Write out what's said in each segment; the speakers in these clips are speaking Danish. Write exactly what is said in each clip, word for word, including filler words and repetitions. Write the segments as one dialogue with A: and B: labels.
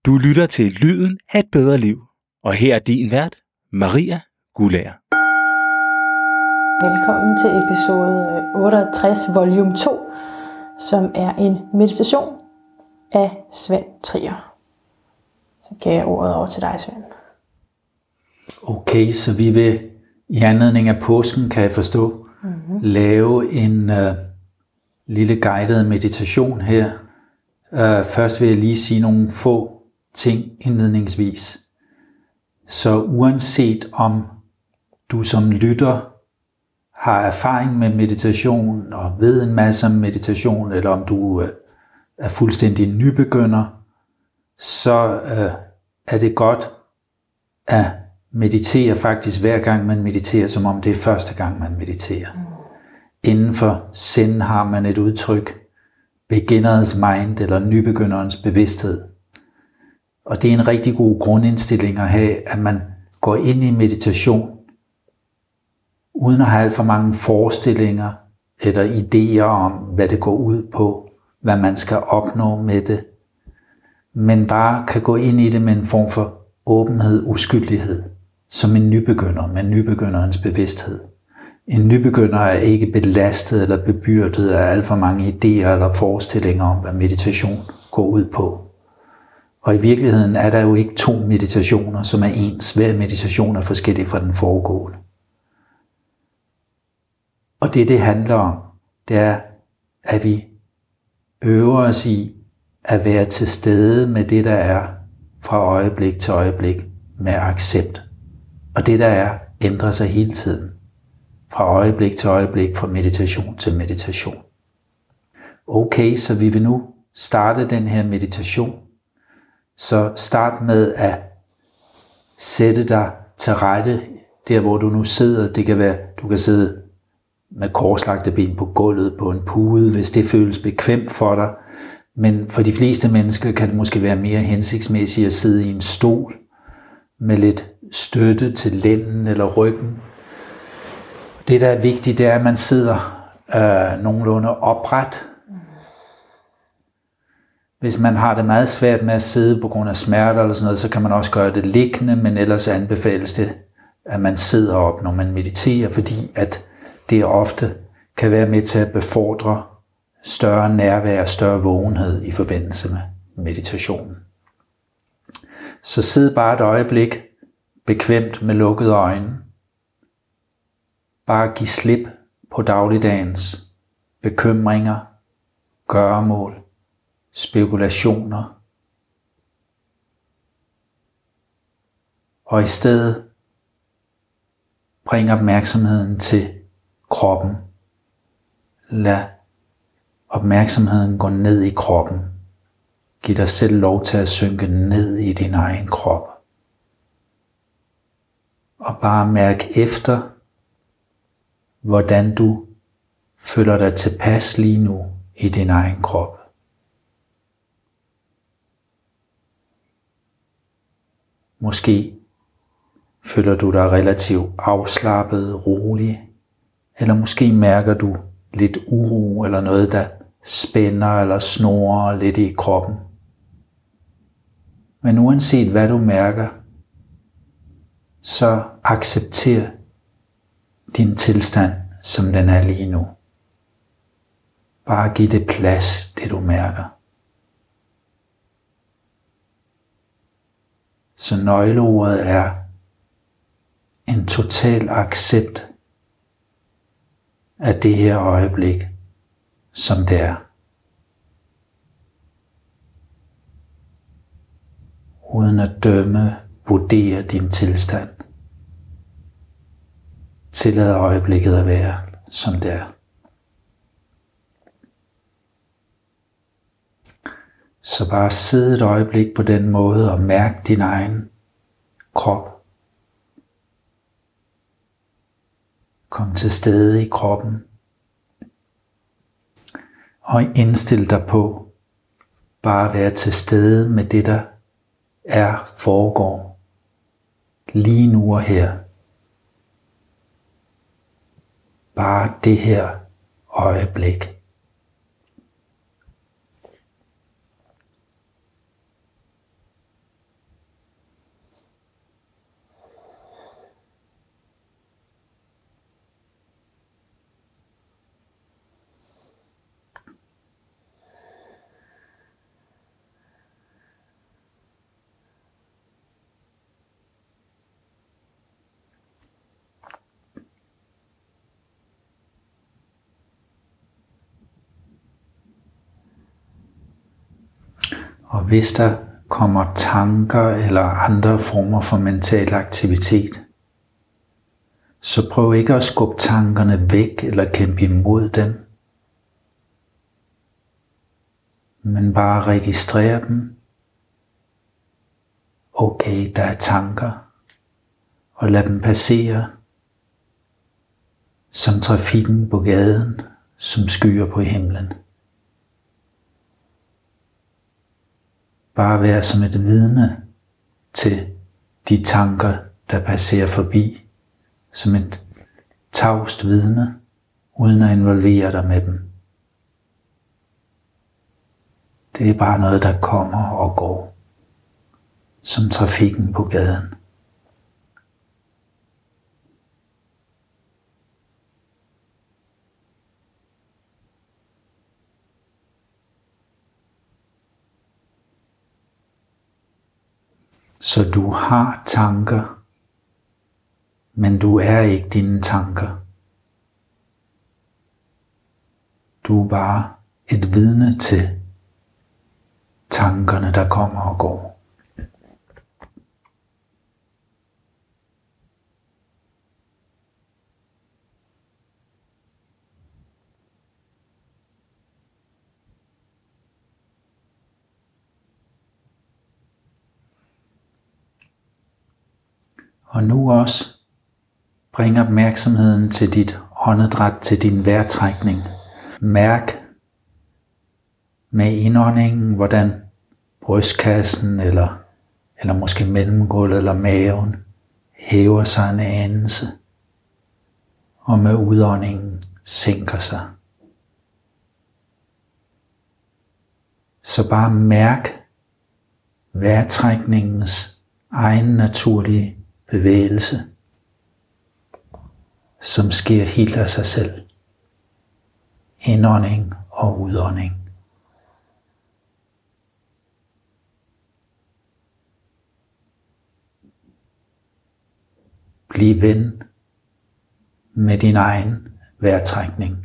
A: Du lytter til Lyden af et bedre liv, og her er din vært, Maria Guldager.
B: Velkommen til episode otteogtres, volume to, som er en meditation af Svend Trier. Så giver jeg ordet over til dig, Svend.
C: Okay, så vi vil i anledning af påsken, kan jeg forstå, mm-hmm. lave en uh, lille guided meditation her. Uh, først vil jeg lige sige nogle få ting indledningsvis. Så uanset om du som lytter har erfaring med meditation og ved en masse om meditation, eller om du uh, er fuldstændig nybegynder, så uh, er det godt at meditere faktisk hver gang man mediterer, som om det er første gang man mediterer. Mm. Inden for Zen har man et udtryk, beginner's mind, eller nybegynderens bevidsthed. Og det er en rigtig god grundindstilling at have, at man går ind i meditation, uden at have alt for mange forestillinger, eller idéer om, hvad det går ud på, hvad man skal opnå med det, men bare kan gå ind i det med en form for åbenhed, uskyldighed, som en nybegynder, med nybegynderens bevidsthed. En nybegynder er ikke belastet eller bebyrdet af alt for mange idéer eller forestillinger om, hvad meditation går ud på. Og i virkeligheden er der jo ikke to meditationer, som er ens. Hver meditation er forskellig fra den foregående. Og det, det handler om, det er, at vi øver os i at være til stede med det, der er, fra øjeblik til øjeblik, med accept. Og det, der er, ændrer sig hele tiden. Fra øjeblik til øjeblik, fra meditation til meditation. Okay, så vi vil nu starte den her meditation. Så start med at sætte dig til rette, der hvor du nu sidder. Det kan være, du kan sidde med korslagte ben på gulvet på en pude, hvis det føles bekvemt for dig. Men for de fleste mennesker kan det måske være mere hensigtsmæssigt at sidde i en stol med lidt støtte til lænden eller ryggen. Det, der er vigtigt, det er, at man sidder øh, nogenlunde opret. Hvis man har det meget svært med at sidde på grund af smerter eller sådan noget, så kan man også gøre det liggende, men ellers anbefales det, at man sidder op, når man mediterer, fordi at det ofte kan være med til at befordre større nærvær og større vågenhed i forbindelse med meditationen. Så sid bare et øjeblik bekvemt med lukkede øjne. Bare giv slip på dagligdagens bekymringer, gøremål, spekulationer. Og i stedet bring opmærksomheden til kroppen. Lad opmærksomheden gå ned i kroppen. Giv dig selv lov til at synke ned i din egen krop. Og bare mærk efter, hvordan du føler dig tilpas lige nu i din egen krop. Måske føler du dig relativt afslappet, rolig, eller måske mærker du lidt uro eller noget, der spænder eller snurrer lidt i kroppen. Men uanset hvad du mærker, så accepter din tilstand, som den er lige nu. Bare giv det plads, det du mærker. Så nøgleordet er en total accept af det her øjeblik, som det er. Uden at dømme, vurdere din tilstand. Tillad øjeblikket at være, som det er. Så bare sid et øjeblik på den måde og mærk din egen krop. Kom til stede i kroppen. Og indstil dig på bare at være til stede med det, der er, foregår. Lige nu og her. Bare det her øjeblik. Og hvis der kommer tanker eller andre former for mental aktivitet, så prøv ikke at skubbe tankerne væk eller kæmpe imod dem, men bare registrere dem. Okay, der er tanker, og lad dem passere som trafikken på gaden, som skyer på himlen. Bare vær som et vidne til de tanker, der passerer forbi, som et tavst vidne, uden at involvere dig med dem. Det er bare noget, der kommer og går, som trafikken på gaden. Så du har tanker, men du er ikke dine tanker. Du er bare et vidne til tankerne, der kommer og går. Og nu også bring opmærksomheden til dit åndedræt, til din vejrtrækning. Mærk med indåndingen, hvordan brystkassen eller, eller måske mellemgulvet eller maven hæver sig en anelse, og med udåndingen sænker sig. Så bare mærk vejrtrækningens egen naturlige bevægelse, som sker helt af sig selv. Indånding og udånding. Bliv ven med din egen vejrtrækning.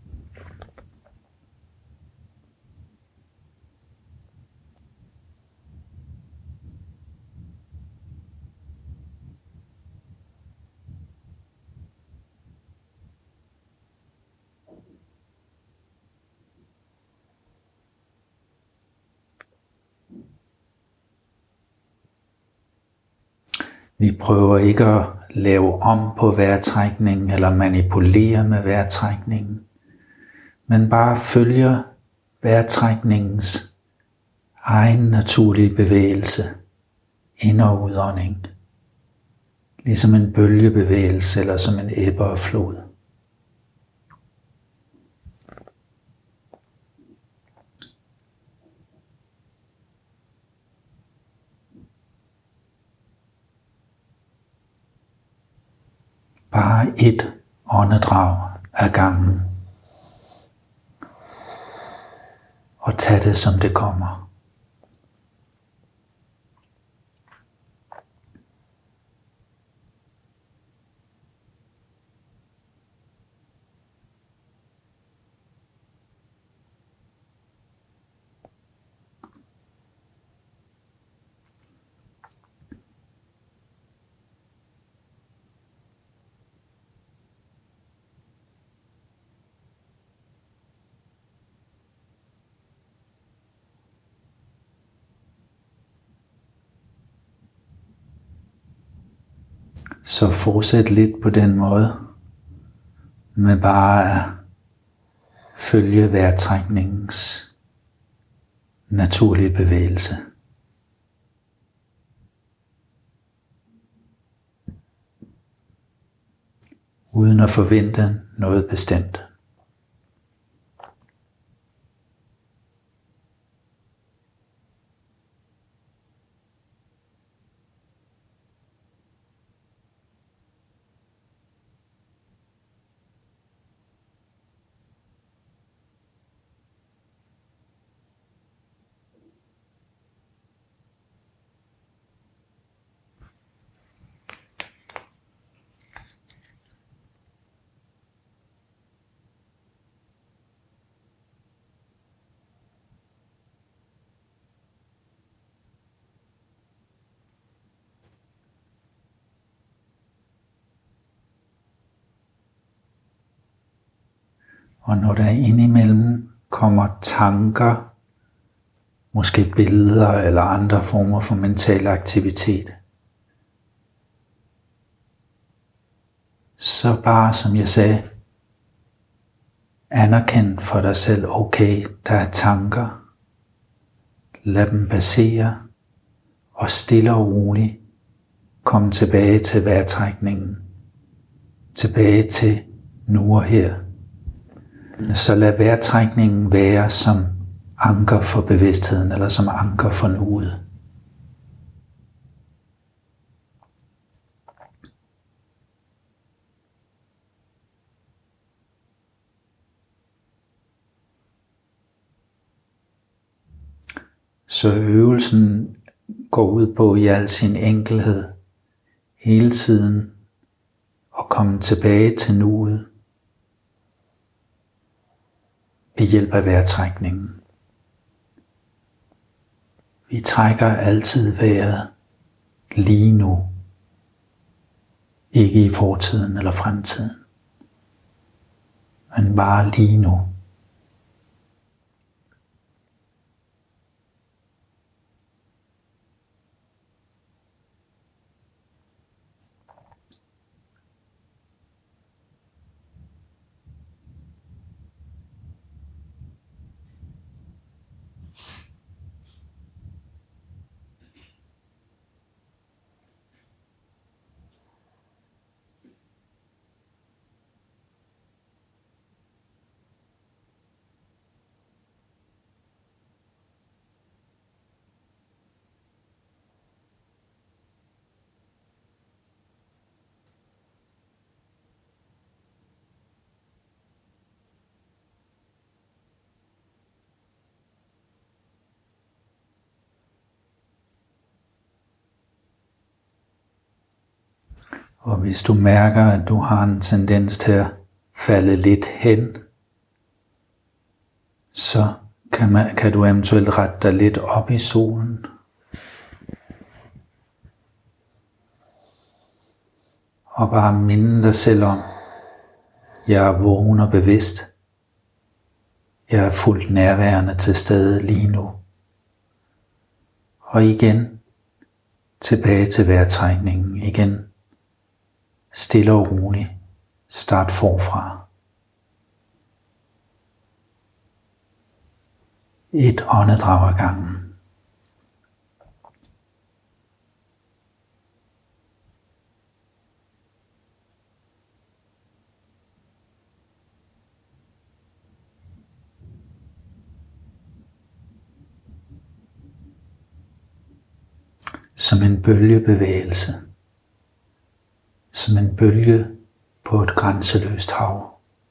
C: Vi prøver ikke at lave om på vejrtrækningen eller manipulere med vejrtrækningen, men bare følger vejrtrækningens egen naturlige bevægelse, ind- og udånding, ligesom en bølgebevægelse eller som en ebbe og flod. Bare et åndedrag ad gangen. Og tag det, som det kommer. Så fortsæt lidt på den måde, med bare at følge vejrtrækningens naturlige bevægelse. Uden at forvente noget bestemt. Og når der indimellem kommer tanker, måske billeder eller andre former for mental aktivitet, så bare, som jeg sagde, anerkend for dig selv, okay, der er tanker. Lad dem passere, og stille og roligt kom tilbage til vejrtrækningen. Tilbage til nu og her. Så lad vejrtrækningen være som anker for bevidstheden, eller som anker for nuet. Så øvelsen går ud på i al sin enkelhed hele tiden at komme tilbage til nuet ved hjælp af vejrtrækningen. Vi trækker altid vejret lige nu, ikke i fortiden eller fremtiden, men bare lige nu. Og hvis du mærker, at du har en tendens til at falde lidt hen, så kan, man, kan du eventuelt rette dig lidt op i solen. Og bare minde dig selv om, jeg er vågen og bevidst. Jeg er fuldt nærværende til stede lige nu. Og igen, tilbage til vejrtrækningen igen. Stille og roligt. Start forfra. Et åndedrag ad gangen. Som en bølgebevægelse. Som en bølge på et grænseløst hav.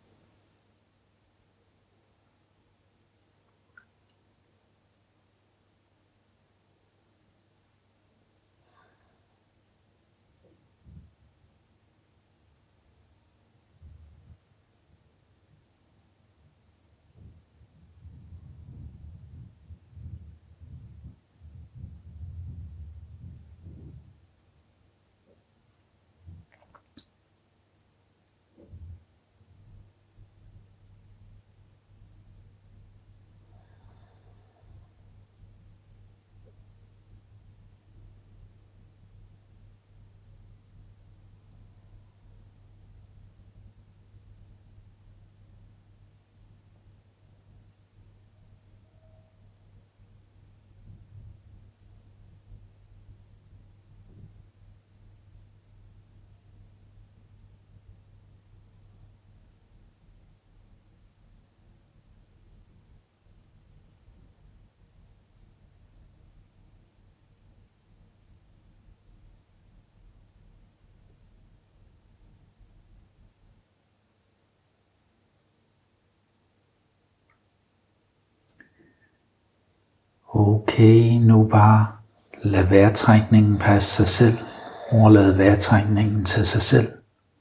C: Okay, nu bare lad vejrtrækningen passe sig selv. Overlad vejrtrækningen til sig selv.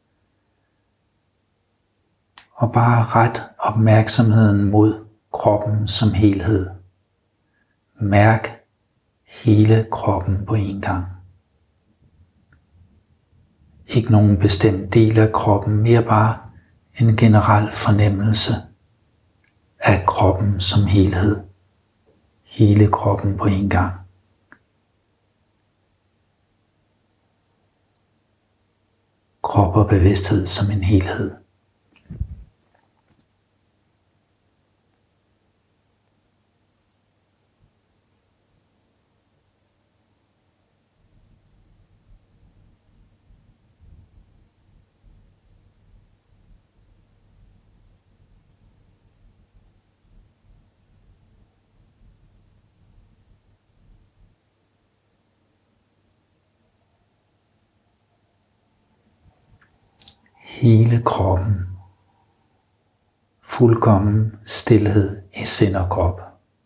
C: Og bare ret opmærksomheden mod kroppen som helhed. Mærk hele kroppen på en gang. Ikke nogen bestemt del af kroppen, mere bare en generel fornemmelse af kroppen som helhed. Hele kroppen på en gang. Krop og bevidsthed som en helhed. Hele kroppen. Fuldkommen stilhed i sind og krop.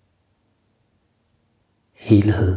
C: Helhed.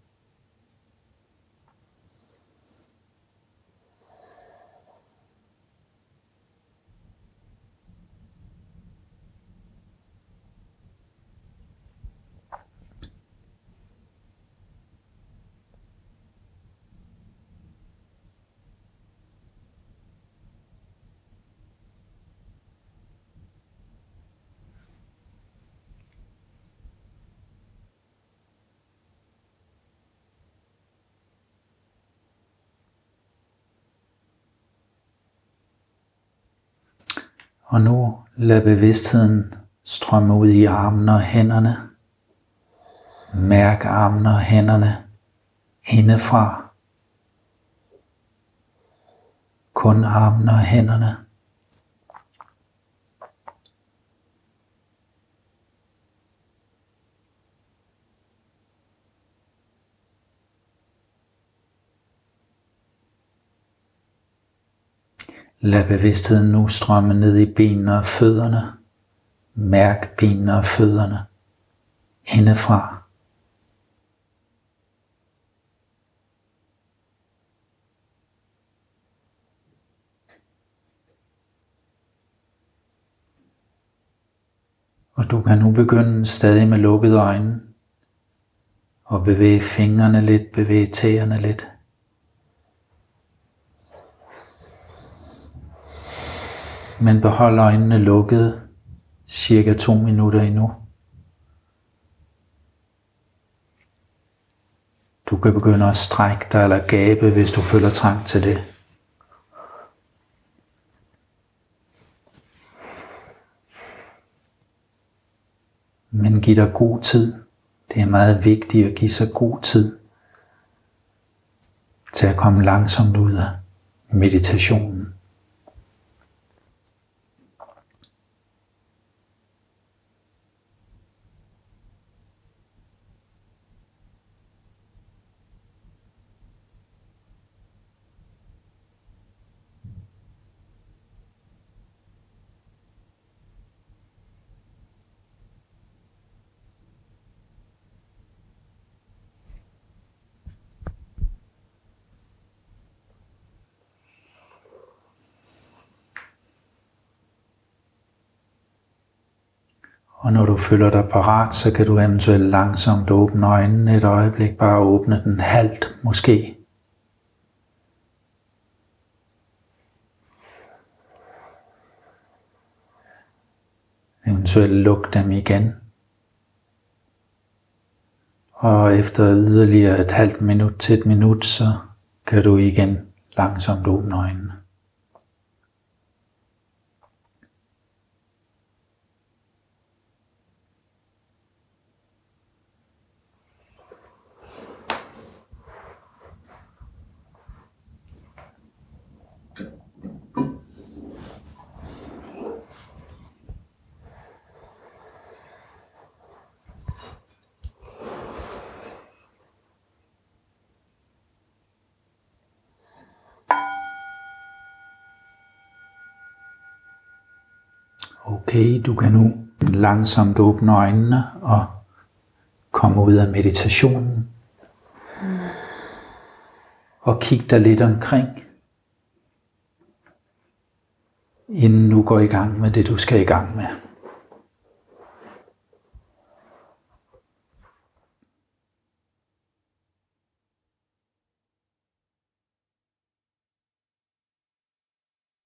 C: Og nu lad bevidstheden strømme ud i armene og hænderne. Mærk armene og hænderne indefra. Kun armene og hænderne. Lad bevidstheden nu strømme ned i benene og fødderne. Mærk benene og fødderne indefra. Og du kan nu begynde stadig med lukkede øjne og bevæge fingrene lidt, bevæge tæerne lidt. Men behold øjnene lukkede cirka to minutter endnu. Du kan begynde at strække dig eller gabe, hvis du føler trang til det. Men giv dig god tid. Det er meget vigtigt at give sig god tid til at komme langsomt ud af meditationen. Og når du føler dig parat, så kan du eventuelt langsomt åbne øjnene et øjeblik, bare åbne den halvt måske. Eventuelt luk dem igen. Og efter yderligere et halvt minut til et minut, så kan du igen langsomt åbne øjnene. Okay, du kan nu langsomt åbne øjnene og komme ud af meditationen. Og kig dig lidt omkring, inden du går i gang med det, du skal i gang med.